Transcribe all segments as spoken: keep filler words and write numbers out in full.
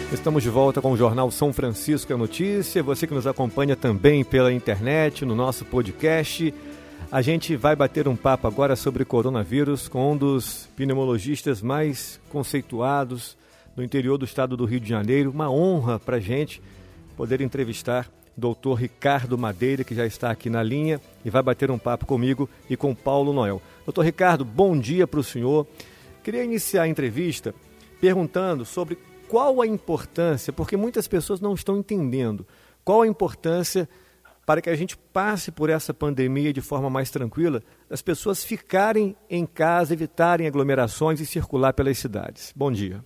Estamos de volta com o Jornal São Francisco é Notícia. Você que nos acompanha também pela internet, no nosso podcast. A gente vai bater um papo agora sobre coronavírus com um dos pneumologistas mais conceituados do interior do estado do Rio de Janeiro. Uma honra para a gente poder entrevistar o doutor Ricardo Madeira, que já está aqui na linha e vai bater um papo comigo e com Paulo Noel. doutor Ricardo, bom dia para o senhor. Queria iniciar a entrevista perguntando sobre qual a importância, porque muitas pessoas não estão entendendo, qual a importância para que a gente passe por essa pandemia de forma mais tranquila, as pessoas ficarem em casa, evitarem aglomerações e circular pelas cidades. Bom dia.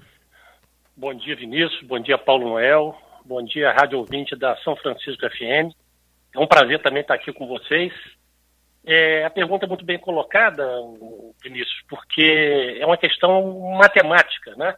Bom dia, Vinícius. Bom dia, Paulo Noel. Bom dia, rádio ouvinte da São Francisco F M. É um prazer também estar aqui com vocês. É, a pergunta é muito bem colocada, Vinícius, porque é uma questão matemática, né?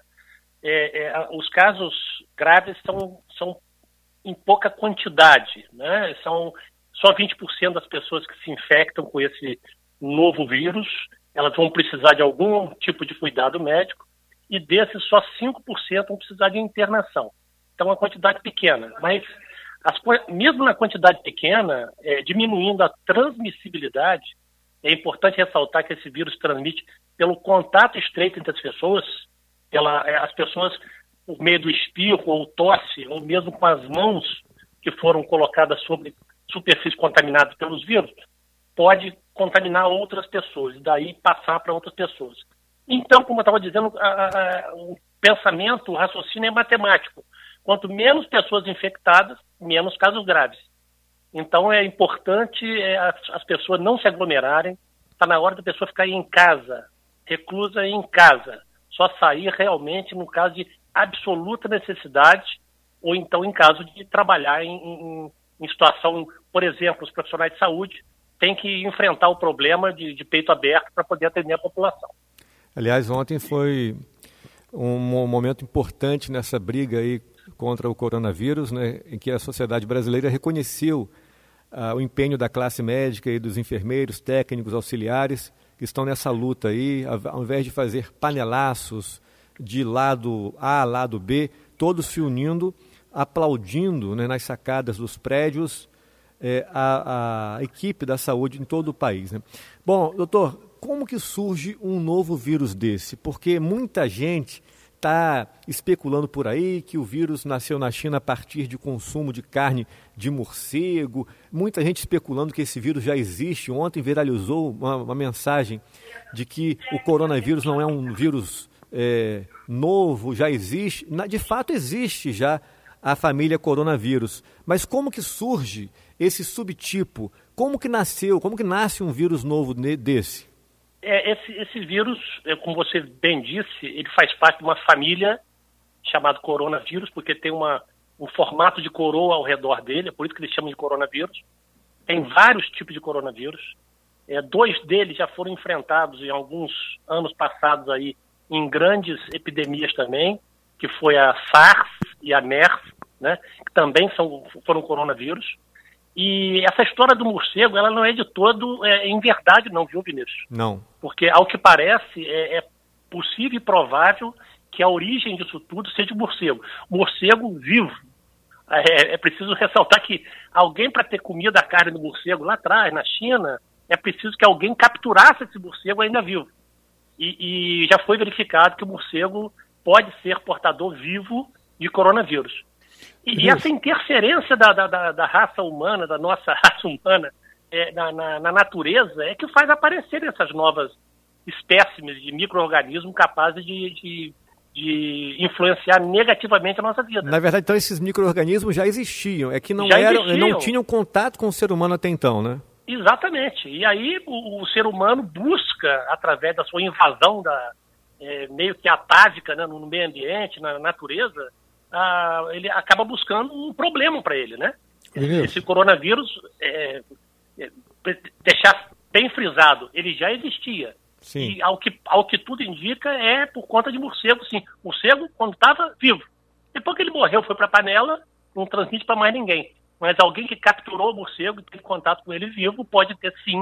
É, é, os casos graves são, são em pouca quantidade, né? São só vinte por cento das pessoas que se infectam com esse novo vírus, elas vão precisar de algum tipo de cuidado médico, e desses só cinco por cento vão precisar de internação. Então, é uma quantidade pequena, mas as, mesmo na quantidade pequena, é, diminuindo a transmissibilidade, é importante ressaltar que esse vírus transmite pelo contato estreito entre as pessoas. Ela, as pessoas, por meio do espirro ou tosse, ou mesmo com as mãos que foram colocadas sobre superfícies contaminadas pelos vírus, pode contaminar outras pessoas, e daí passar para outras pessoas. Então, como eu estava dizendo, a, a, o pensamento, o raciocínio é matemático. Quanto menos pessoas infectadas, menos casos graves. Então, é importante é, as, as pessoas não se aglomerarem. Está na hora da pessoa ficar em casa, reclusa em casa. Só sair realmente no caso de absoluta necessidade, ou então em caso de trabalhar em, em, em situação, por exemplo, os profissionais de saúde têm que enfrentar o problema de, de peito aberto para poder atender a população. Aliás, ontem foi um momento importante nessa briga aí contra o coronavírus, né, em que a sociedade brasileira reconheceu uh, o empenho da classe médica e dos enfermeiros, técnicos, auxiliares, que estão nessa luta aí, ao invés de fazer panelaços de lado A, lado B, todos se unindo, aplaudindo, né, nas sacadas dos prédios, é, a, a equipe da saúde em todo o país, né? Bom, doutor, como que surge um novo vírus desse? Porque muita gente está especulando por aí que o vírus nasceu na China a partir de consumo de carne de morcego, muita gente especulando que esse vírus já existe. Ontem viralizou uma, uma mensagem de que o coronavírus não é um vírus é, novo, já existe. De fato existe já a família coronavírus, mas como que surge esse subtipo? Como que nasceu, como que nasce um vírus novo desse? É, esse, esse vírus, como você bem disse, ele faz parte de uma família chamada coronavírus, porque tem uma, um formato de coroa ao redor dele, é por isso que eles chamam de coronavírus. Tem vários tipos de coronavírus. É, dois deles já foram enfrentados em alguns anos passados aí, em grandes epidemias também, que foi a SARS e a MERS, né, que também são, foram coronavírus. E essa história do morcego, ela não é de todo é, em verdade não, viu, Vinícius? Não. Porque, ao que parece, é, é possível e provável que a origem disso tudo seja o morcego. Morcego vivo. É, é preciso ressaltar que alguém, para ter comido a carne do morcego lá atrás, na China, é preciso que alguém capturasse esse morcego ainda vivo. E, e já foi verificado que o morcego pode ser portador vivo de coronavírus. E, e essa interferência da, da, da raça humana, da nossa raça humana, é, na, na, na natureza, é que faz aparecer essas novas espécimes de micro-organismos capazes de, de, de influenciar negativamente a nossa vida. Na verdade, então, esses micro-organismos já existiam, é que não, eram, não tinham contato com o ser humano até então, né? Exatamente. E aí o, o ser humano busca, através da sua invasão da, é, meio que atávica, né, no meio ambiente, na natureza, Ah, ele acaba buscando um problema para ele, né? Esse, esse coronavírus, é, é, deixar bem frisado, ele já existia. Sim. E ao que, ao que tudo indica é por conta de morcego, sim. Morcego quando estava vivo. Depois que ele morreu, foi para a panela, não transmite para mais ninguém. Mas alguém que capturou o morcego e teve contato com ele vivo pode ter, sim,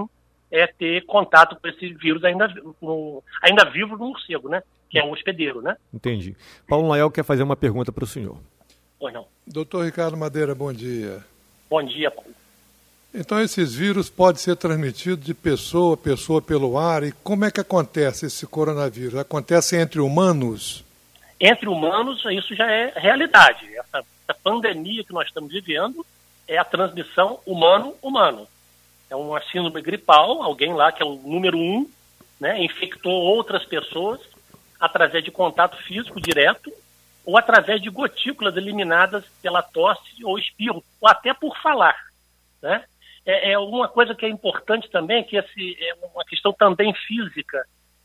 é ter contato com esse vírus ainda, no, ainda vivo no morcego, né? Que é um hospedeiro, né? Entendi. Paulo Noel quer fazer uma pergunta para o senhor. Pois não. Doutor Ricardo Madeira, bom dia. Bom dia, Paulo. Então, esses vírus podem ser transmitidos de pessoa a pessoa pelo ar. E como é que acontece esse coronavírus? Acontece entre humanos? Entre humanos, isso já é realidade. Essa, essa pandemia que nós estamos vivendo é a transmissão humano-humano. É uma síndrome gripal, alguém lá que é o número um, né, infectou outras pessoas através de contato físico direto ou através de gotículas eliminadas pela tosse ou espirro, ou até por falar, né? É, é uma coisa que é importante também, que esse, é uma questão também física.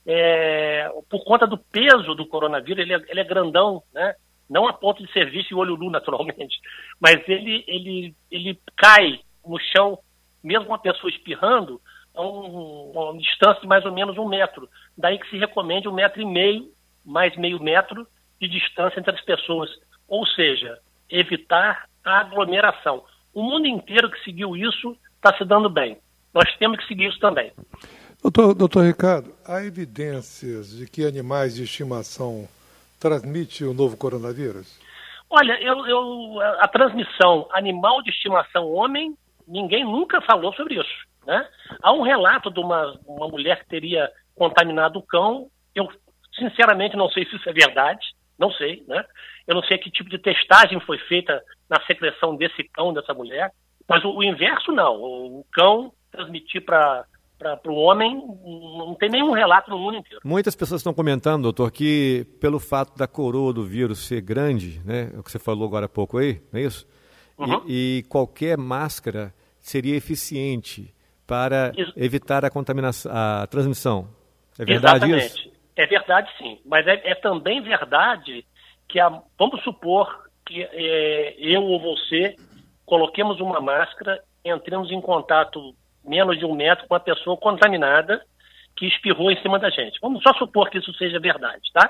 É, por conta do peso do coronavírus, ele é, ele é grandão, né? Não a ponto de ser visto em olho nu, naturalmente, mas ele, ele, ele cai no chão, mesmo uma pessoa espirrando, a um, uma distância de mais ou menos um metro. Daí que se recomende um metro e meio, mais meio metro de distância entre as pessoas. Ou seja, evitar a aglomeração. O mundo inteiro que seguiu isso está se dando bem. Nós temos que seguir isso também. Doutor, doutor Ricardo, há evidências de que animais de estimação transmitem o novo coronavírus? Olha, eu, eu, a transmissão animal de estimação homem, ninguém nunca falou sobre isso, né? Há um relato de uma, uma mulher que teria contaminado o cão. Eu, sinceramente, não sei se isso é verdade, não sei, né? Eu não sei que tipo de testagem foi feita na secreção desse cão, dessa mulher, mas o, o inverso não. O, o cão transmitir para para o homem, não tem nenhum relato no mundo inteiro. Muitas pessoas estão comentando, doutor, que pelo fato da coroa do vírus ser grande, né, é o que você falou agora há pouco aí, não é isso? Uhum. E, e qualquer máscara seria eficiente para isso. evitar a contaminação, a transmissão. É verdade Exatamente. Isso? É verdade, sim. Mas é, é também verdade que, a, vamos supor que é, eu ou você coloquemos uma máscara, entremos em contato menos de um metro com a pessoa contaminada que espirrou em cima da gente. Vamos só supor que isso seja verdade, tá?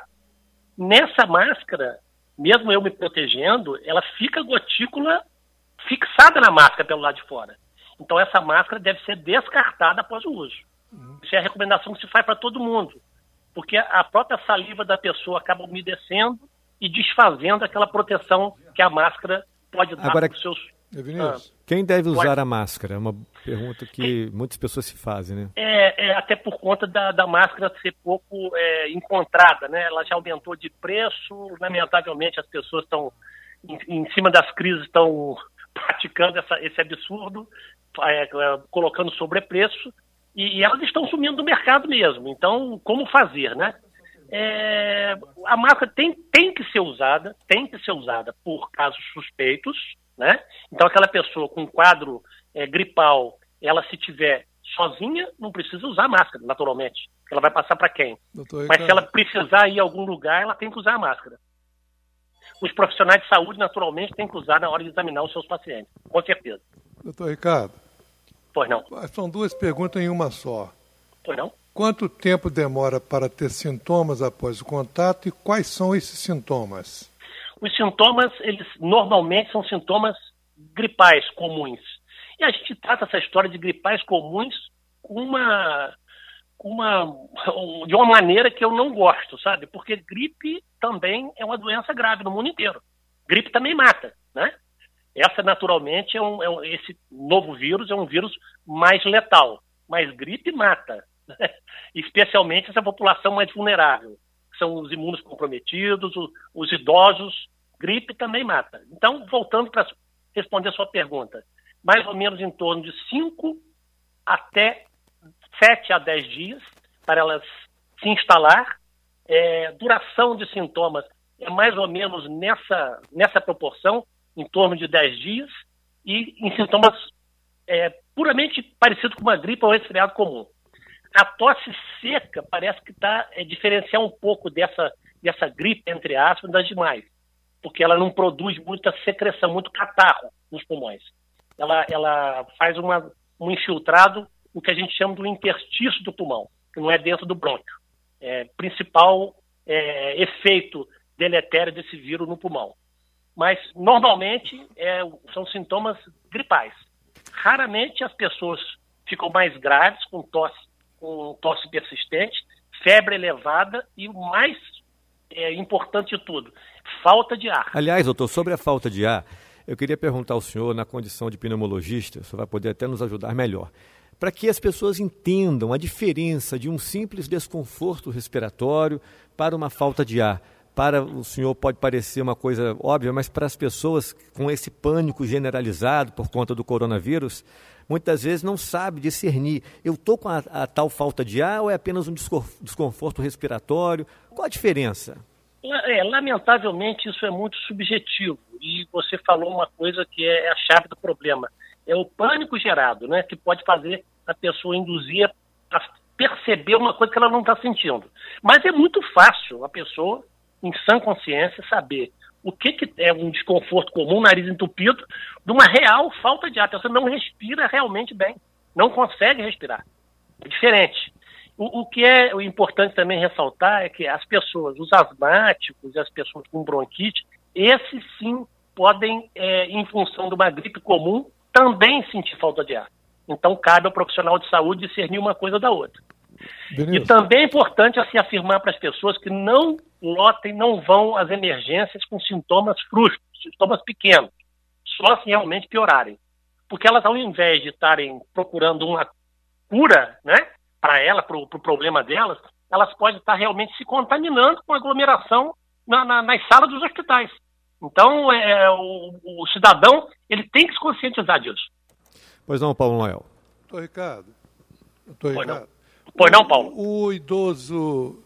Nessa máscara, mesmo eu me protegendo, ela fica gotícula fixada na máscara pelo lado de fora. Então essa máscara deve ser descartada após o uso. Uhum. Isso é a recomendação que se faz para todo mundo, porque a própria saliva da pessoa acaba umedecendo e desfazendo aquela proteção que a máscara pode dar para os seus... Ah, quem deve usar pode... a máscara? É uma pergunta que é, muitas pessoas se fazem, né? É, é até por conta da, da máscara ser pouco é, encontrada, né? Ela já aumentou de preço, lamentavelmente as pessoas estão em, em cima das crises, estão praticando essa, esse absurdo, é, é, colocando sobrepreço, e, e elas estão sumindo do mercado mesmo. Então, como fazer, né? É, a máscara tem, tem que ser usada, tem que ser usada por casos suspeitos, né? Então aquela pessoa com quadro é, gripal, ela se tiver sozinha, não precisa usar máscara, naturalmente. Ela vai passar para quem? Doutor, Mas se ela precisar ir a algum lugar, ela tem que usar a máscara. Os profissionais de saúde, naturalmente, têm que usar na hora de examinar os seus pacientes, com certeza. Doutor Ricardo. Pois não. São duas perguntas em uma só. Pois não. Quanto tempo demora para ter sintomas após o contato e quais são esses sintomas? Os sintomas, eles normalmente são sintomas gripais comuns. E a gente trata essa história de gripais comuns com uma, com uma, de uma maneira que eu não gosto, sabe? Porque gripe também é uma doença grave no mundo inteiro. Gripe também mata, né? Essa, naturalmente, é um, é um, esse novo vírus é um vírus mais letal. Mas gripe mata, né? Especialmente essa população mais vulnerável. São os imunocomprometidos, os, os idosos, gripe também mata. Então, voltando para responder a sua pergunta, mais ou menos em torno de cinco até sete a dez dias para elas se instalar. É, duração de sintomas é mais ou menos nessa, nessa proporção, em torno de dez dias, e em sintomas é, puramente parecidos com uma gripe ou resfriado comum. A tosse seca parece que está é, diferenciar um pouco dessa, dessa gripe, entre aspas, das demais, porque ela não produz muita secreção, muito catarro nos pulmões. Ela, ela faz uma, um infiltrado, o que a gente chama do interstício do pulmão, que não é dentro do brônquio. É, principal é, efeito deletério desse vírus no pulmão. Mas, normalmente, é, são sintomas gripais. Raramente as pessoas ficam mais graves, com tosse, com tosse persistente, febre elevada e o mais é, importante de tudo, falta de ar. Aliás, doutor, sobre a falta de ar, eu queria perguntar ao senhor, na condição de pneumologista, o senhor vai poder até nos ajudar melhor, para que as pessoas entendam a diferença de um simples desconforto respiratório para uma falta de ar. Para o senhor pode parecer uma coisa óbvia, mas para as pessoas com esse pânico generalizado por conta do coronavírus, muitas vezes não sabe discernir. Eu estou com a, a tal falta de ar ou é apenas um desconforto respiratório? Qual a diferença? É, lamentavelmente isso é muito subjetivo e você falou uma coisa que é a chave do problema. É o pânico gerado, né, que pode fazer a pessoa induzir a perceber uma coisa que ela não está sentindo. Mas é muito fácil a pessoa, em sã consciência, saber o que, que é um desconforto comum, nariz entupido, de uma real falta de ar. A pessoa não respira realmente bem, não consegue respirar. É diferente. O, o que é importante também ressaltar é que as pessoas, os asmáticos e as pessoas com bronquite, esses sim podem, é, em função de uma gripe comum, também sentir falta de ar. Então cabe ao profissional de saúde discernir uma coisa da outra. Beleza. E também é importante assim, afirmar para as pessoas que não lotem, não vão às emergências com sintomas frustos, sintomas pequenos, só se realmente piorarem. Porque elas, ao invés de estarem procurando uma cura, né, para ela, para o pro problema delas, elas podem estar realmente se contaminando com aglomeração na, na, nas salas dos hospitais. Então, é, o, o cidadão ele tem que se conscientizar disso. Pois não, Paulo Noel. Doutor Ricardo. Doutor Pois Ricardo. não. Pois não, Paulo. O, o idoso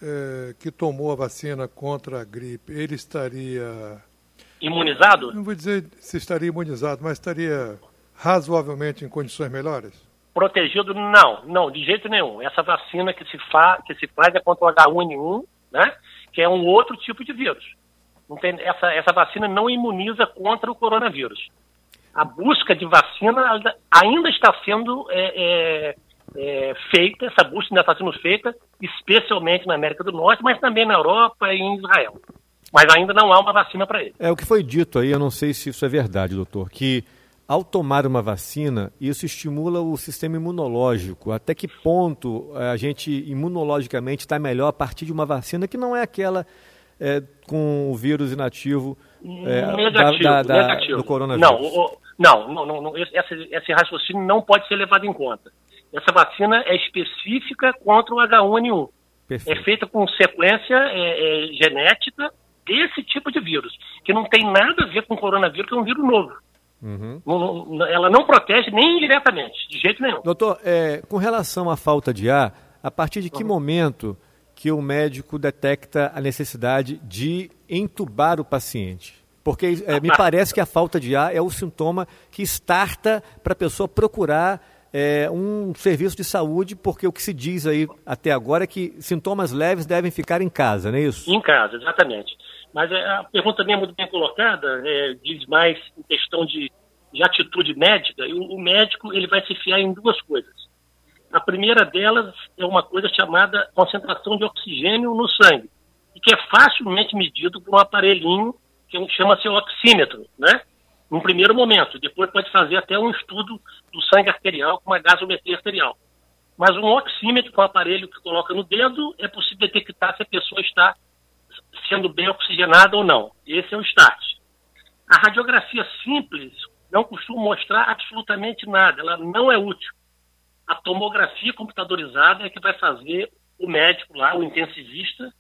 é, que tomou a vacina contra a gripe, ele estaria... Imunizado? Não vou dizer se estaria imunizado, mas estaria razoavelmente em condições melhores? Protegido? Não, não, de jeito nenhum. Essa vacina que se, fa, que se faz é contra o H um N um, né, que é um outro tipo de vírus. Não tem, essa, essa vacina não imuniza contra o coronavírus. A busca de vacina ainda está sendo é, é, é, feita, essa busca ainda está sendo feita, especialmente na América do Norte, mas também na Europa e em Israel. Mas ainda não há uma vacina para ele. É o que foi dito aí, eu não sei se isso é verdade, doutor, que ao tomar uma vacina, isso estimula o sistema imunológico. Até que ponto a gente imunologicamente está melhor a partir de uma vacina que não é aquela é, com o vírus inativo é, negativo, da, da, negativo. do coronavírus? Não, o, não, não, não, não esse, esse raciocínio não pode ser levado em conta. Essa vacina é específica contra o H um N um. Perfeito. É feita com sequência é, é, genética desse tipo de vírus, que não tem nada a ver com o coronavírus, que é um vírus novo. Uhum. Não, não, ela não protege nem indiretamente, de jeito nenhum. Doutor, é, com relação à falta de ar, a partir de que uhum. momento que o médico detecta a necessidade de entubar o paciente? Porque é, me parece que a falta de ar é o sintoma que starta para a pessoa procurar é, um serviço de saúde, porque o que se diz aí até agora é que sintomas leves devem ficar em casa, não é isso? Em casa, exatamente. Mas a pergunta também é muito bem colocada, é, diz mais em questão de, de atitude médica, e o, o médico ele vai se fiar em duas coisas. A primeira delas é uma coisa chamada concentração de oxigênio no sangue, e que é facilmente medido por um aparelhinho que chama-se oxímetro, né? Num primeiro momento. Depois pode fazer até um estudo do sangue arterial com uma gasometria arterial. Mas um oxímetro, com um aparelho que coloca no dedo, é possível detectar se a pessoa está sendo bem oxigenada ou não. Esse é o start. A radiografia simples não costuma mostrar absolutamente nada, ela não é útil. A tomografia computadorizada é que vai fazer o médico lá, o intensivista,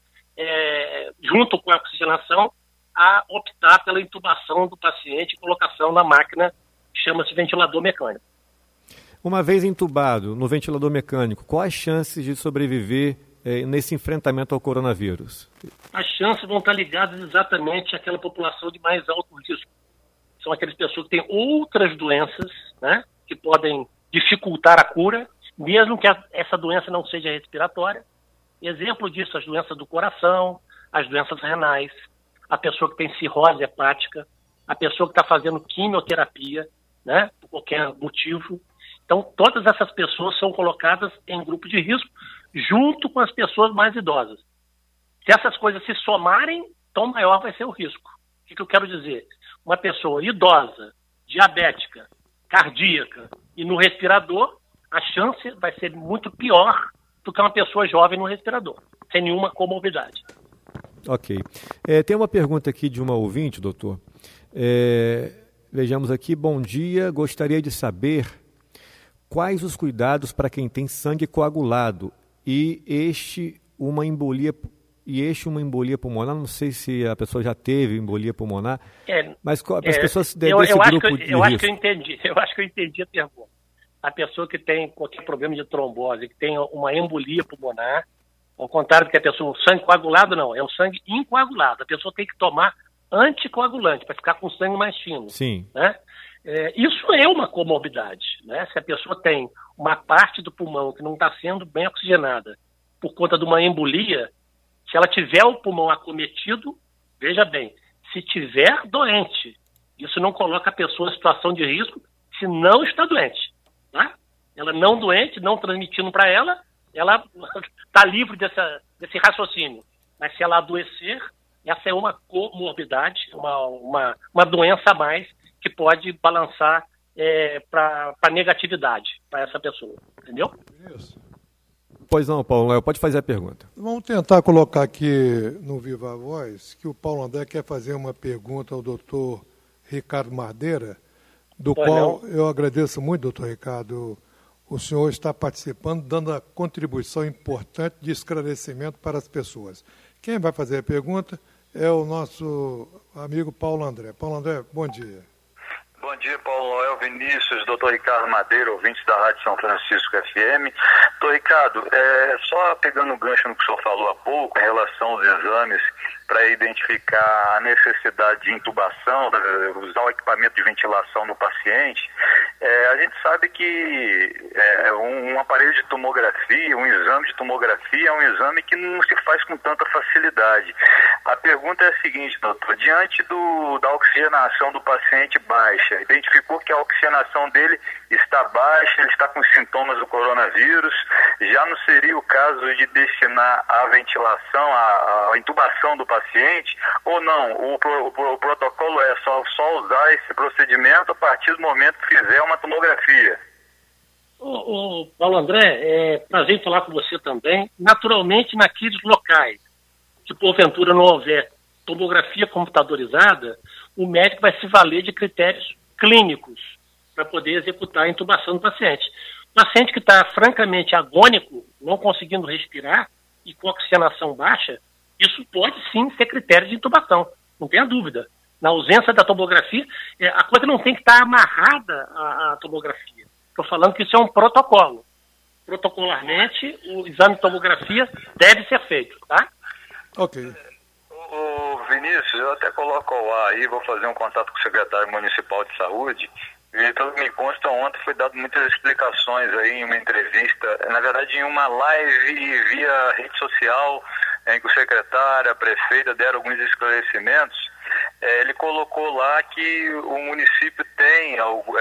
é, junto com a oxigenação, a optar pela intubação do paciente e colocação na máquina que chama-se ventilador mecânico. Uma vez entubado no ventilador mecânico, quais as chances de sobreviver eh, nesse enfrentamento ao coronavírus? As chances vão estar ligadas exatamente àquela população de mais alto risco. São aquelas pessoas que têm outras doenças, né, que podem dificultar a cura, mesmo que a, essa doença não seja respiratória. Exemplo disso, as doenças do coração, as doenças renais, a pessoa que tem cirrose hepática, a pessoa que está fazendo quimioterapia, né, por qualquer motivo. Então, todas essas pessoas são colocadas em grupo de risco, junto com as pessoas mais idosas. Se essas coisas se somarem, tão maior vai ser o risco. O que, que eu quero dizer? Uma pessoa idosa, diabética, cardíaca e no respirador, a chance vai ser muito pior do que uma pessoa jovem no respirador, sem nenhuma comorbidade. Ok. É, tem uma pergunta aqui de uma ouvinte, doutor. É, vejamos aqui, bom dia, gostaria de saber quais os cuidados para quem tem sangue coagulado e este uma embolia e este uma embolia pulmonar. Não sei se a pessoa já teve embolia pulmonar, é, mas as é, pessoas de, eu, desse eu grupo acho que, de eu risco. acho que eu entendi. Eu acho que eu entendi a pergunta. A pessoa que tem qualquer problema de trombose, que tem uma embolia pulmonar, ao contrário do que a pessoa, o sangue coagulado não, é o sangue incoagulado. A pessoa tem que tomar anticoagulante para ficar com o sangue mais fino. Sim. Né? É, isso é uma comorbidade. Né? Se a pessoa tem uma parte do pulmão que não está sendo bem oxigenada por conta de uma embolia, se ela tiver o pulmão acometido, veja bem, se tiver doente, isso não coloca a pessoa em situação de risco se não está doente. Tá? Ela não doente, não transmitindo para ela, ela está livre dessa, desse raciocínio. Mas se ela adoecer, essa é uma comorbidade, uma, uma, uma doença a mais que pode balançar é, para negatividade para essa pessoa. Entendeu? Isso. Pois não, Paulo Léo, pode fazer a pergunta. Vamos tentar colocar aqui no Viva Voz que o Paulo André quer fazer uma pergunta ao doutor Ricardo Madeira, do pois qual não. Eu agradeço muito, doutor Ricardo. O senhor está participando, dando a contribuição importante de esclarecimento para as pessoas. Quem vai fazer a pergunta é o nosso amigo Paulo André. Paulo André, bom dia. Bom dia, Paulo Noel, Vinícius, doutor Ricardo Madeira, ouvintes da Rádio São Francisco F M. Doutor Ricardo, é, só pegando o gancho no que o senhor falou há pouco, em relação aos exames, para identificar a necessidade de intubação, usar o equipamento de ventilação no paciente, é, a gente sabe que é, um, um aparelho de tomografia, um exame de tomografia é um exame que não se faz com tanta facilidade. A pergunta é a seguinte, doutor, diante do, da oxigenação do paciente baixa, identificou que a oxigenação dele está baixa, ele está com sintomas do coronavírus, já não seria o caso de destinar a ventilação, a, a intubação do paciente, ou não? O, o, o protocolo é só, só usar esse procedimento a partir do momento que fizer uma tomografia. O, o Paulo André, é prazer falar com você também. Naturalmente, naqueles locais que porventura não houver tomografia computadorizada, o médico vai se valer de critérios clínicos para poder executar a intubação do paciente. O paciente que está francamente agônico, não conseguindo respirar e com oxigenação baixa, isso pode sim ser critério de intubação, não tenha dúvida. Na ausência da tomografia, a coisa não tem que estar amarrada à, à tomografia. Estou falando que isso é um protocolo. Protocolarmente, o exame de tomografia deve ser feito, tá? Ok. Ô, Vinícius, eu até coloco ao ar aí, vou fazer um contato com o secretário municipal de saúde. E pelo que me consta, ontem foi dado muitas explicações aí em uma entrevista, na verdade em uma live via rede social, em que o secretário, a prefeita deram alguns esclarecimentos. É, ele colocou lá que o município tem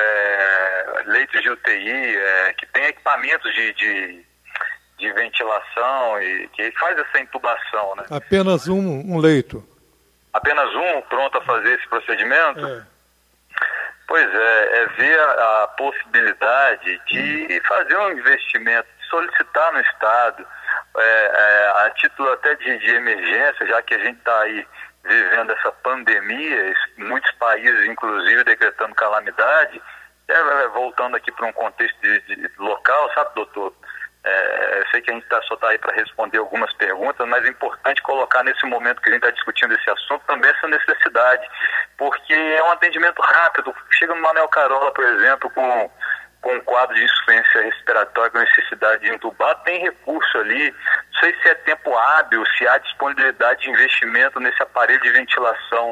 é, leitos de U T I, é, que tem equipamentos de, de, de ventilação e que faz essa intubação, né? Apenas um, um leito. Apenas um pronto a fazer esse procedimento? É. Pois é, é ver a, a possibilidade de fazer um investimento, solicitar no Estado, é, é, a título até de, de emergência, já que a gente está aí vivendo essa pandemia, muitos países, inclusive, decretando calamidade, é, voltando aqui para um contexto de, de local, sabe, doutor? É, eu sei que a gente tá, só está aí para responder algumas perguntas, mas é importante colocar nesse momento que a gente está discutindo esse assunto também essa necessidade, porque é um atendimento rápido. Chega no Manuel Carola, por exemplo, com, com um quadro de insuficiência respiratória com necessidade de intubar, tem recurso ali. Não sei se é tempo hábil, se há disponibilidade de investimento nesse aparelho de ventilação,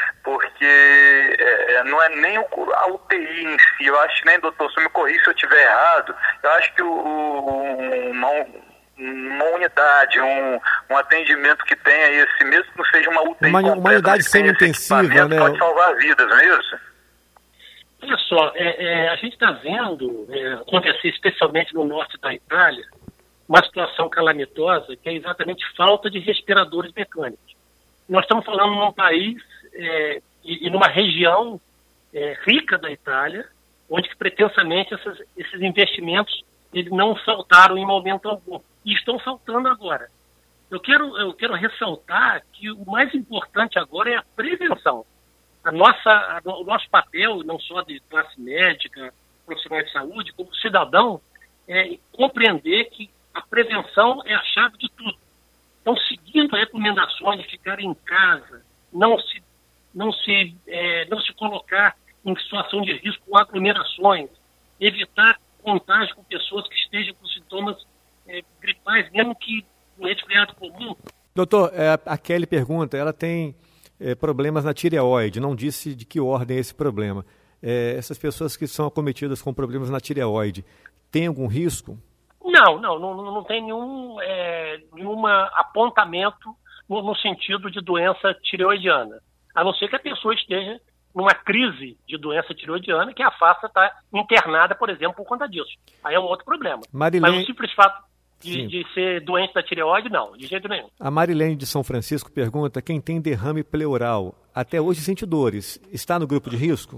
porque é, não é nem o, a U T I em si. Eu acho, nem, doutor, se me corrija se eu estiver errado, eu acho que o, o, uma, uma unidade, um, um atendimento que tenha esse, mesmo que não seja uma U T I uma, completa, uma unidade semi-intensiva, né? Pode salvar vidas, não é isso? Olha só, é, é, a gente está vendo é, acontecer, especialmente no norte da Itália, uma situação calamitosa que é exatamente falta de respiradores mecânicos. Nós estamos falando num país é, e, e numa região é, rica da Itália, onde que, pretensamente essas, esses investimentos eles não saltaram em momento algum. E estão saltando agora. Eu quero, eu quero ressaltar que o mais importante agora é a prevenção. A nossa, a, o nosso papel, não só de classe médica, profissional de saúde, como cidadão, é compreender que a prevenção é a chave de tudo. Então, seguindo recomendações de ficar em casa, não se, não se, é, não se colocar em situação de risco com aglomerações, evitar contágio com pessoas que estejam com sintomas é, gripais, mesmo que no resfriado comum. Doutor, é, a Kelly pergunta, ela tem é, problemas na tireoide, não disse de que ordem é esse problema. É, essas pessoas que são acometidas com problemas na tireoide, tem algum risco? Não, não, não, não tem nenhum é, nenhuma apontamento no, no sentido de doença tireoidiana, a não ser que a pessoa esteja numa crise de doença tireoidiana que a faça estar internada, por exemplo, por conta disso. Aí é um outro problema. Marilene... Mas o simples fato de, de ser doente da tireoide, não, de jeito nenhum. A Marilene de São Francisco pergunta, quem tem derrame pleural, até hoje sente dores, está no grupo de risco?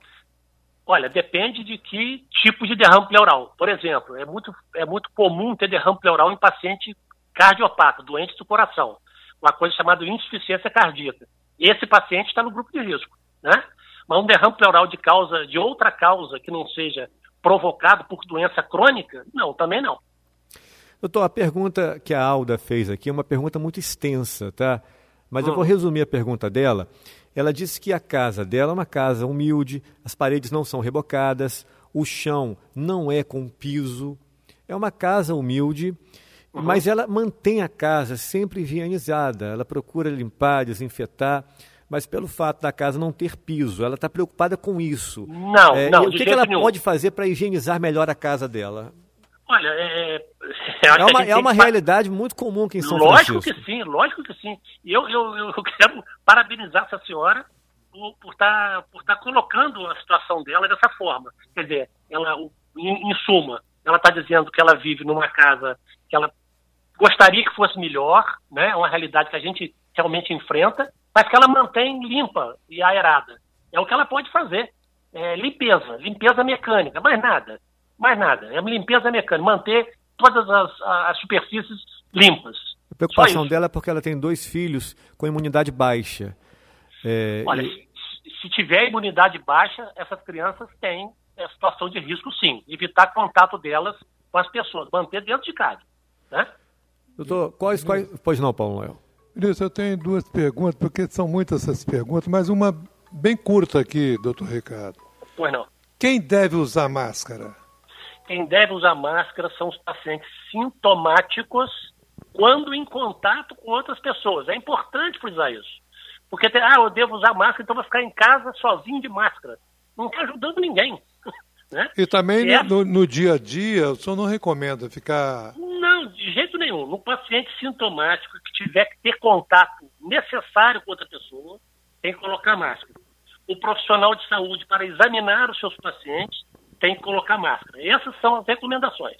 Olha, depende de que tipo de derrame pleural. Por exemplo, é muito, é muito comum ter derrame pleural em paciente cardiopata, doente do coração, uma coisa chamada insuficiência cardíaca. Esse paciente está no grupo de risco, né? Mas um derrame pleural de causa, de outra causa que não seja provocado por doença crônica, não, também não. Doutor, a pergunta que a Alda fez aqui é uma pergunta muito extensa, tá? Mas hum. eu vou resumir a pergunta dela. Ela disse que a casa dela é uma casa humilde, as paredes não são rebocadas, o chão não é com piso, é uma casa humilde, uhum. mas ela mantém a casa sempre higienizada, ela procura limpar, desinfetar, mas pelo fato da casa não ter piso, ela está preocupada com isso. Não, é, não. O que, que ela nenhum. pode fazer para higienizar melhor a casa dela? Olha, é, é uma, é uma realidade que... muito comum aqui em São lógico Francisco. Lógico que sim, lógico que sim. E eu, eu, eu quero parabenizar essa senhora por, por, tá, por tá colocando a situação dela dessa forma. Quer dizer, ela, em, em suma, ela está dizendo que ela vive numa casa que ela gostaria que fosse melhor, né? É uma realidade que a gente realmente enfrenta, mas que ela mantém limpa e aerada. É o que ela pode fazer. É, limpeza, limpeza mecânica, mais nada. Mais nada, é uma limpeza mecânica, manter todas as, as superfícies limpas. A preocupação dela é porque ela tem dois filhos com imunidade baixa. É, Olha, e... se, se tiver imunidade baixa, essas crianças têm é, situação de risco, sim. Evitar contato delas com as pessoas, manter dentro de casa. Né? Doutor, quais, quais... Pois não, Paulo Noel. Isso, eu tenho duas perguntas, porque são muitas essas perguntas, mas uma bem curta aqui, doutor Ricardo. Pois não. Quem deve usar máscara? Quem deve usar máscara são os pacientes sintomáticos quando em contato com outras pessoas. É importante frisar isso. Porque, tem, ah, eu devo usar máscara, então vou ficar em casa sozinho de máscara. Não está ajudando ninguém. Né? E também é... no, no dia a dia, o senhor não recomenda ficar... Não, de jeito nenhum. No paciente sintomático que tiver que ter contato necessário com outra pessoa, tem que colocar máscara. O profissional de saúde, para examinar os seus pacientes, tem que colocar máscara. Essas são as recomendações.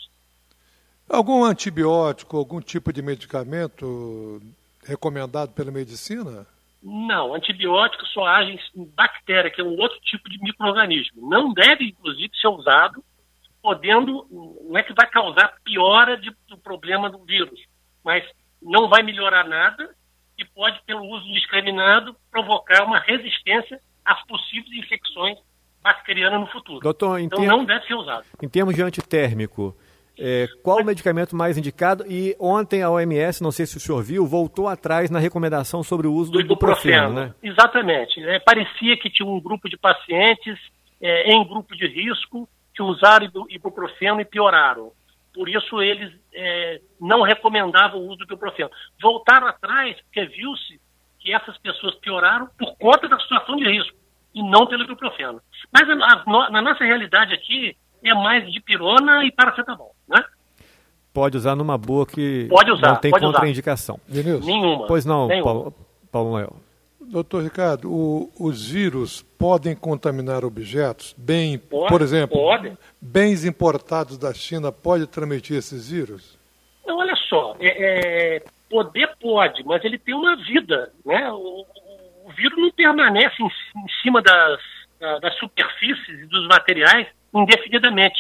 Algum antibiótico, algum tipo de medicamento recomendado pela medicina? Não, antibióticos só agem em bactéria, que é um outro tipo de micro-organismo. Não deve, inclusive, ser usado, podendo, não é que vai causar piora de, do problema do vírus, mas não vai melhorar nada e pode, pelo uso indiscriminado, provocar uma resistência às possíveis infecções bacteriana no futuro. Doutor, então term... não deve ser usado. Em termos de antitérmico, é, qual Mas... o medicamento mais indicado? E ontem a O M S, não sei se o senhor viu, voltou atrás na recomendação sobre o uso do, do ibuprofeno, né? Exatamente. É, parecia que tinha um grupo de pacientes é, em grupo de risco que usaram ibuprofeno e pioraram. Por isso eles é, não recomendavam o uso do ibuprofeno. Voltaram atrás porque viu-se que essas pessoas pioraram por conta da situação de risco e não pelo ibuprofeno. Mas a, a, na nossa realidade aqui é mais de pirona e paracetamol, né? Pode usar numa boa que pode usar, não tem pode contraindicação. Usar. Nenhuma. Pois não, nenhuma. Paulo, Paulo Noel. Doutor Ricardo, o, os vírus podem contaminar objetos? Bem, pode, por exemplo, pode. bens importados da China podem transmitir esses vírus? Não, olha só, é, é, poder pode, mas ele tem uma vida, né? O, o vírus não permanece em, em cima das, das superfícies e dos materiais indefinidamente.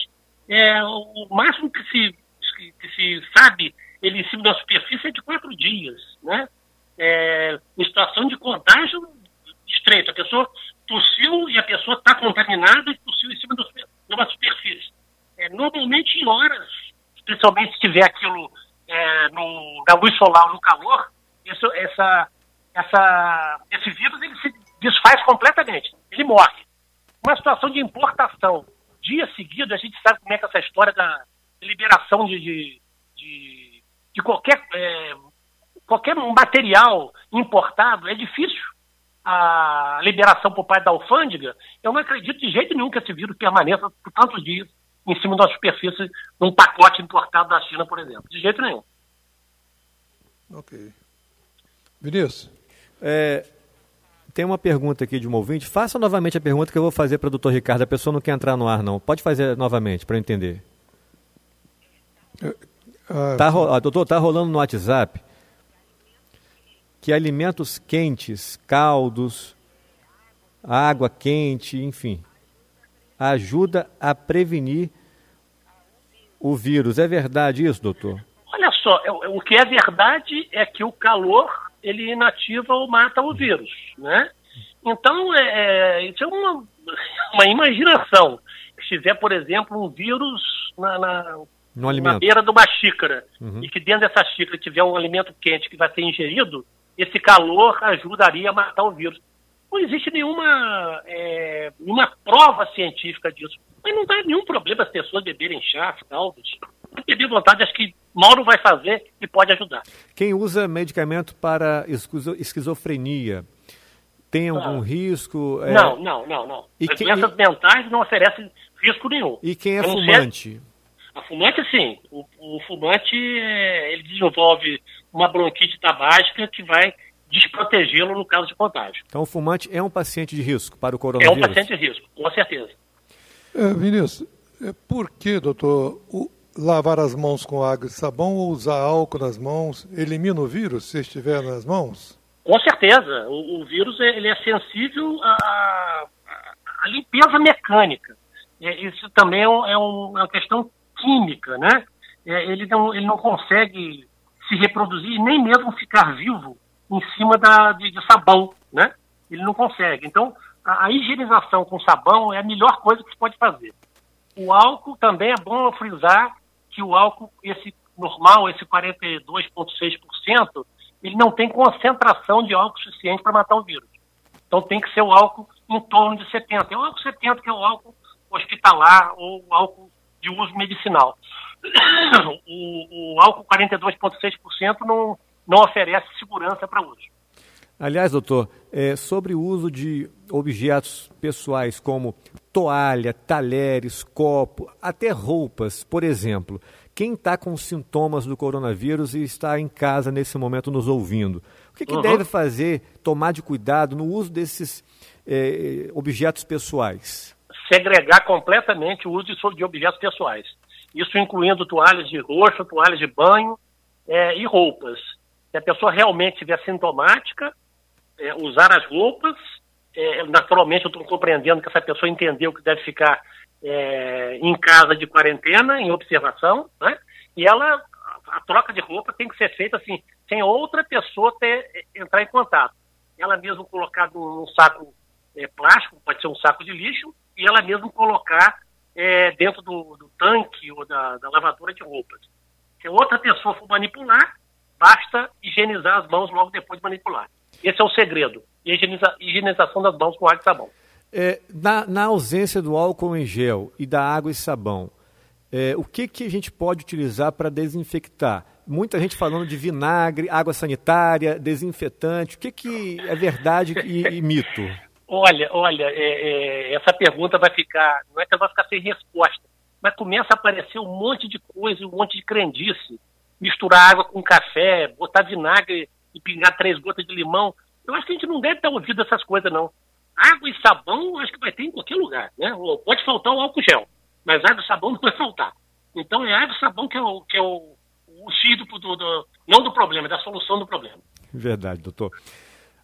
É, o máximo que se, que, que se sabe, ele em cima da superfície é de quatro dias, né? É, em situação de contágio estreito, a pessoa tossiu e a pessoa está contaminada e tossiu em cima de uma superfície. É, normalmente em horas, especialmente se tiver aquilo é, no, na luz solar ou no calor, isso, essa, essa, esse vírus ele se desfaz completamente, ele morre. Uma situação de importação, dia seguido, a gente sabe como é que essa história da liberação de, de, de, de qualquer, é, qualquer material importado, é difícil a liberação por parte da alfândega. Eu não acredito de jeito nenhum que esse vírus permaneça por tantos dias em cima da superfície num pacote importado da China, por exemplo. De jeito nenhum. Ok. Vinícius? É, tem uma pergunta aqui de um ouvinte. Faça novamente a pergunta que eu vou fazer para o doutor Ricardo. A pessoa não quer entrar no ar, não. Pode fazer novamente, para eu entender. Ah, tá, ro- ah, doutor, está rolando no WhatsApp que alimentos quentes, caldos, água quente, enfim, ajuda a prevenir o vírus. É verdade isso, doutor? Olha só, o que é verdade é que o calor, ele inativa ou mata o vírus, né? Então, é, isso é uma, uma imaginação. Se tiver, por exemplo, um vírus na, na, No alimento. na beira de uma xícara, Uhum. e que dentro dessa xícara tiver um alimento quente que vai ser ingerido, esse calor ajudaria a matar o vírus. Não existe nenhuma, é, nenhuma prova científica disso. Mas não dá nenhum problema as pessoas beberem chá, caldos. Beber vontade, acho que mal não vai fazer e pode ajudar. Quem usa medicamento para esquizo- esquizofrenia tem algum Ah. risco? É, Não, não, não, não. E As quem- doenças e- mentais não oferecem risco nenhum. E quem é A não ser- fumante? A fumante, sim. O, o fumante, é, ele desenvolve uma bronquite tabágica que vai desprotegê-lo no caso de contágio. Então o fumante é um paciente de risco para o É coronavírus? um paciente de risco, com certeza. É, Vinícius, é, por que, doutor, o, lavar as mãos com água e sabão ou usar álcool nas mãos elimina o vírus se estiver nas mãos? Com certeza. O, o vírus ele é sensível à, à limpeza mecânica. É, isso também é, um, é um, uma questão química, né? É, ele, não, ele não consegue se reproduzir, nem mesmo ficar vivo em cima da, de, de sabão, né? Ele não consegue. Então, a, a higienização com sabão é a melhor coisa que se pode fazer. O álcool também é bom frisar que o álcool, esse normal, esse quarenta e dois vírgula seis por cento, ele não tem concentração de álcool suficiente para matar o vírus. Então tem que ser o álcool em torno de setenta por cento. É o álcool setenta por cento que é o álcool hospitalar ou o álcool de uso medicinal. O, o álcool quarenta e dois vírgula seis por cento não, não oferece segurança para uso. Aliás, doutor, é, sobre o uso de objetos pessoais como toalha, talheres, copo, até roupas, por exemplo. Quem está com sintomas do coronavírus e está em casa nesse momento nos ouvindo, o que, que Uhum. deve fazer, tomar de cuidado no uso desses é, objetos pessoais? Segregar completamente o uso de, de objetos pessoais. Isso incluindo toalhas de rosto, toalhas de banho é, e roupas. Se a pessoa realmente estiver sintomática, é, usar as roupas, é, naturalmente eu estou compreendendo que essa pessoa entendeu que deve ficar é, em casa de quarentena, em observação, né? E ela, a troca de roupa tem que ser feita assim, sem outra pessoa ter, entrar em contato. Ela mesmo colocar num, num saco é, plástico, pode ser um saco de lixo, e ela mesmo colocar é, dentro do, do tanque ou da, da lavadora de roupas. Se outra pessoa for manipular, basta higienizar as mãos logo depois de manipular. Esse é o segredo. Higieniza, higienização das mãos com água e sabão. É, na, na ausência do álcool em gel e da água e sabão, é, o que, que a gente pode utilizar para desinfectar? Muita gente falando de vinagre, água sanitária, desinfetante. O que, que é verdade e, e mito? Olha, olha, é, é, essa pergunta vai ficar, não é que ela vai ficar sem resposta, mas começa a aparecer um monte de coisa, um monte de crendice. Misturar água com café, botar vinagre e pingar três gotas de limão. Eu acho que a gente não deve estar ouvindo essas coisas, não. Água e sabão, eu acho que vai ter em qualquer lugar, né? Pode faltar o álcool gel, mas água e sabão não vai faltar. Então é água e sabão que é o, que é o, o X do, do, do, não do problema, é da solução do problema. Verdade, doutor.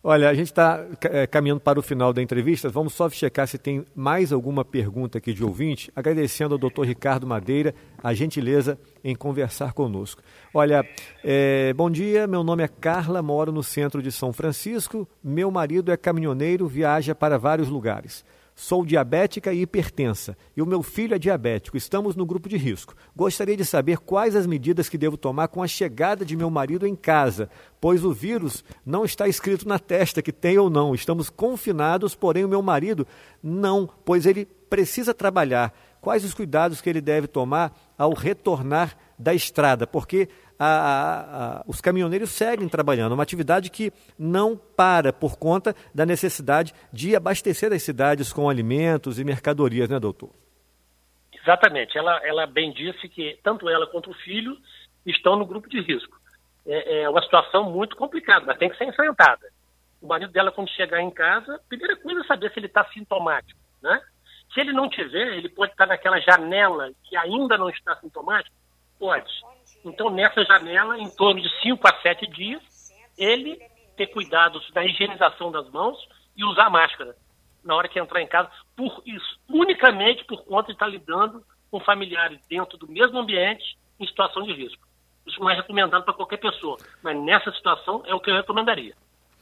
Olha, a gente está é, caminhando para o final da entrevista. Vamos só checar se tem mais alguma pergunta aqui de ouvinte, agradecendo ao doutor Ricardo Madeira a gentileza em conversar conosco. Olha, é, bom dia, meu nome é Carla, moro no centro de São Francisco, meu marido é caminhoneiro, viaja para vários lugares. Sou diabética e hipertensa e o meu filho é diabético. Estamos no grupo de risco. Gostaria de saber quais as medidas que devo tomar com a chegada de meu marido em casa, pois o vírus não está escrito na testa que tem ou não. Estamos confinados, porém o meu marido não, pois ele precisa trabalhar. Quais os cuidados que ele deve tomar ao retornar da estrada? Porque a, a, a, os caminhoneiros seguem trabalhando, uma atividade que não para por conta da necessidade de abastecer as cidades com alimentos e mercadorias, né, doutor? Exatamente. Ela, ela bem disse que tanto ela quanto o filho estão no grupo de risco. É, é uma situação muito complicada, mas tem que ser enfrentada. O marido dela, quando chegar em casa, a primeira coisa é saber se ele está sintomático, né? Se ele não tiver, ele pode estar naquela janela que ainda não está sintomático? Pode. Então, nessa janela, em torno de cinco a sete dias, ele ter cuidado da higienização das mãos e usar máscara na hora que entrar em casa, por isso, unicamente por conta de estar lidando com familiares dentro do mesmo ambiente em situação de risco. Isso não é recomendado para qualquer pessoa, mas nessa situação é o que eu recomendaria.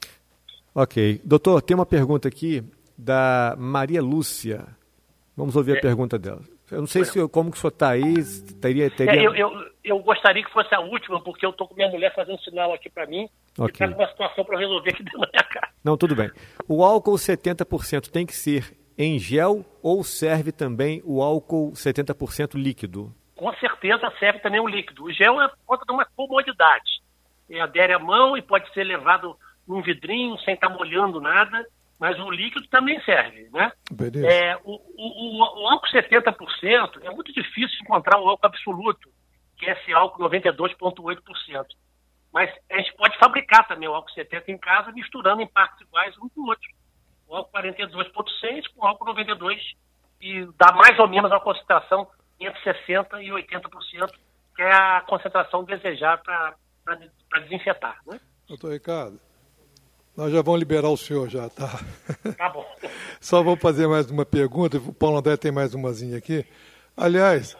Ok. Doutor, tem uma pergunta aqui da Maria Lúcia. Vamos ouvir é. a pergunta dela. Eu não sei se, como que o senhor está aí, teria... teria... É, eu, eu, eu gostaria que fosse a última, porque eu estou com minha mulher fazendo sinal aqui para mim, okay. E está com uma situação para resolver aqui dentro da minha casa. Não, tudo bem. O álcool setenta por cento tem que ser em gel ou serve também o álcool setenta por cento líquido? Com certeza serve também o líquido. O gel é por conta de uma comodidade. Ele adere à mão e pode ser levado num vidrinho sem estar molhando nada, mas o líquido também serve, né? É, o, o, o álcool setenta por cento é muito difícil encontrar o álcool absoluto, que é esse álcool noventa e dois vírgula oito por cento. Mas a gente pode fabricar também o álcool setenta por cento em casa, misturando em partes iguais um com o outro. O álcool quarenta e dois vírgula seis com o álcool noventa e dois por cento e dá mais ou menos uma concentração entre sessenta por cento e oitenta por cento, que é a concentração desejada para desinfetar, né? Doutor Ricardo, nós já vamos liberar o senhor já, tá? Tá bom. Só vou fazer mais uma pergunta, o Paulo André tem mais umazinha aqui. Aliás,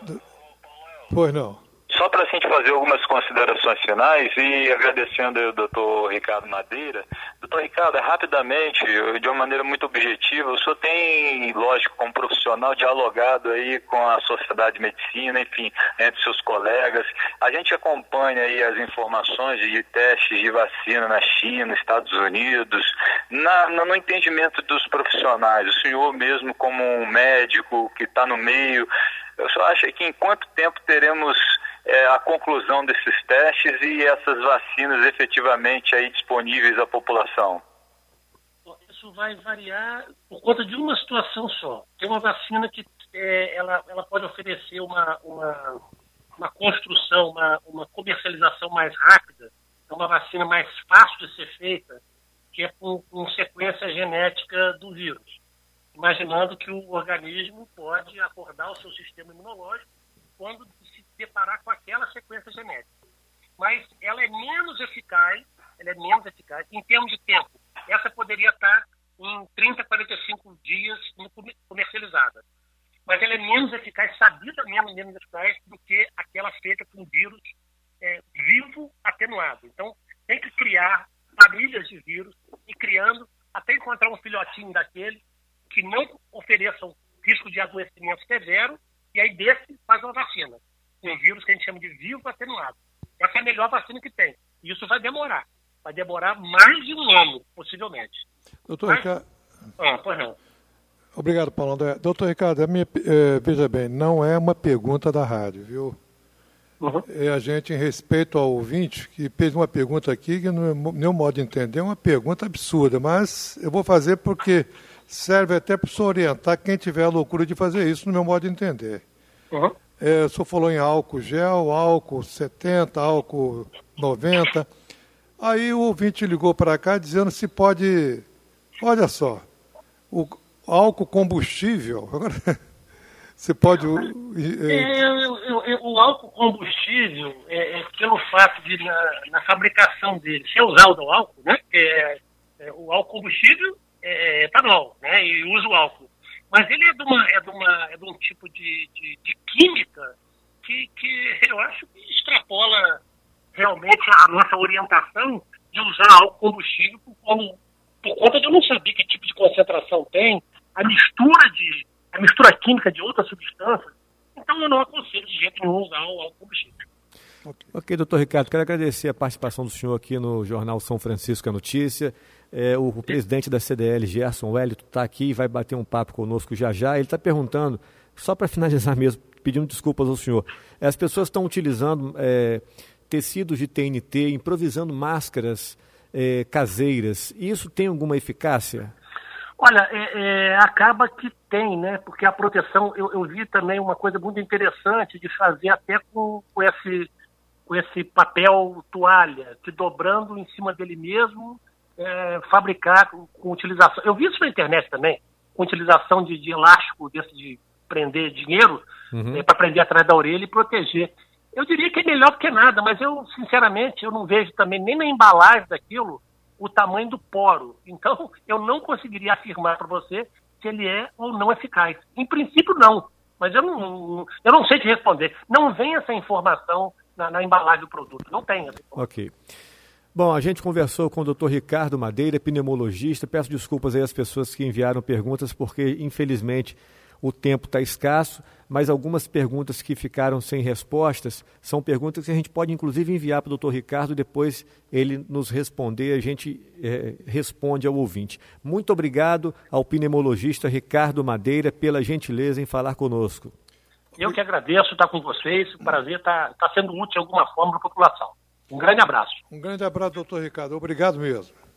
pois não. Só para a gente fazer algumas considerações finais e agradecendo ao doutor Ricardo Madeira. Doutor Ricardo, rapidamente, de uma maneira muito objetiva, o senhor tem, lógico, como profissional, dialogado aí com a sociedade de medicina, enfim, entre seus colegas. A gente acompanha aí as informações de testes de vacina na China, Estados Unidos, na, no entendimento dos profissionais. O senhor mesmo, como um médico que está no meio, eu só acho que em quanto tempo teremos É, a conclusão desses testes e essas vacinas efetivamente aí disponíveis à população? Isso vai variar por conta de uma situação só. Tem uma vacina que é, ela, ela pode oferecer uma, uma, uma construção, uma, uma comercialização mais rápida, é uma vacina mais fácil de ser feita, que é com, com sequência genética do vírus. Imaginando que o organismo pode acordar o seu sistema imunológico quando se deparar com aquela sequência genética. Mas ela é menos eficaz, ela é menos eficaz em termos de tempo. Essa poderia estar em trinta, quarenta e cinco dias comercializada. Mas ela é menos eficaz, sabida mesmo menos eficaz, do que aquela feita com vírus é, vivo atenuado. Então, tem que criar famílias de vírus e criando, até encontrar um filhotinho daquele que não ofereçam risco de adoecimento severo, e aí desse faz uma vacina. Um vírus que a gente chama de vivo atenuado. Essa é a melhor vacina que tem. E isso vai demorar. Vai demorar mais de um ano, possivelmente. Doutor Mas... Ricardo... Ah, pois não. Obrigado, Paulo André. Doutor Ricardo, a minha, eh, veja bem, não é uma pergunta da rádio, viu? Uhum. É a gente, em respeito ao ouvinte, que fez uma pergunta aqui que, no meu modo de entender, é uma pergunta absurda, mas eu vou fazer porque serve até para o senhor orientar quem tiver a loucura de fazer isso, no meu modo de entender. Uhum. É, o senhor falou em álcool gel, álcool setenta, álcool noventa. Aí o ouvinte ligou para cá dizendo se pode... Olha só, o álcool combustível... Agora, você pode... É, é, é, é, o álcool combustível, é, é pelo fato de, na, na fabricação dele, ser usado o álcool, né? É, É, o álcool combustível é etanol, né? E usa o álcool. Mas ele é de, uma, é de, uma, é de um tipo de, de, de química que, que eu acho que extrapola realmente a nossa orientação de usar álcool combustível por, como, por conta de eu não saber que tipo de concentração tem, a mistura, de, a mistura química de outras substâncias. Então eu não aconselho de jeito nenhum usar o álcool combustível. Ok, okay, doutor Ricardo, quero agradecer a participação do senhor aqui no Jornal São Francisco a Notícia. É, o, o presidente da C D L, Gerson Wellington, está aqui e vai bater um papo conosco já já. Ele está perguntando, só para finalizar mesmo, pedindo desculpas ao senhor, as pessoas estão utilizando é, tecidos de T N T, improvisando máscaras é, caseiras. Isso tem alguma eficácia? Olha, é, é, acaba que tem, né? Porque a proteção, eu, eu vi também uma coisa muito interessante de fazer até com, com, esse, com esse papel toalha, que dobrando em cima dele mesmo, é, fabricar com, com utilização. Eu vi isso na internet também, com utilização de, de elástico desse de prender dinheiro, uhum. é, para prender atrás da orelha e proteger. Eu diria que é melhor do que nada, mas eu, sinceramente, eu não vejo também nem na embalagem daquilo o tamanho do poro. Então, eu não conseguiria afirmar para você se ele é ou não eficaz. Em princípio, não. Mas eu não, eu não sei te responder. Não vem essa informação na, na embalagem do produto. Não tem essa informação. Ok. Bom, a gente conversou com o doutor Ricardo Madeira, pneumologista. Peço desculpas aí às pessoas que enviaram perguntas, porque, infelizmente, o tempo está escasso, mas algumas perguntas que ficaram sem respostas são perguntas que a gente pode, inclusive, enviar para o doutor Ricardo, depois ele nos responder, a gente é, responde ao ouvinte. Muito obrigado ao pneumologista Ricardo Madeira pela gentileza em falar conosco. Eu que agradeço estar com vocês, o prazer está tá sendo útil de alguma forma para a população. Um grande abraço. Um grande abraço, doutor Ricardo. Obrigado mesmo.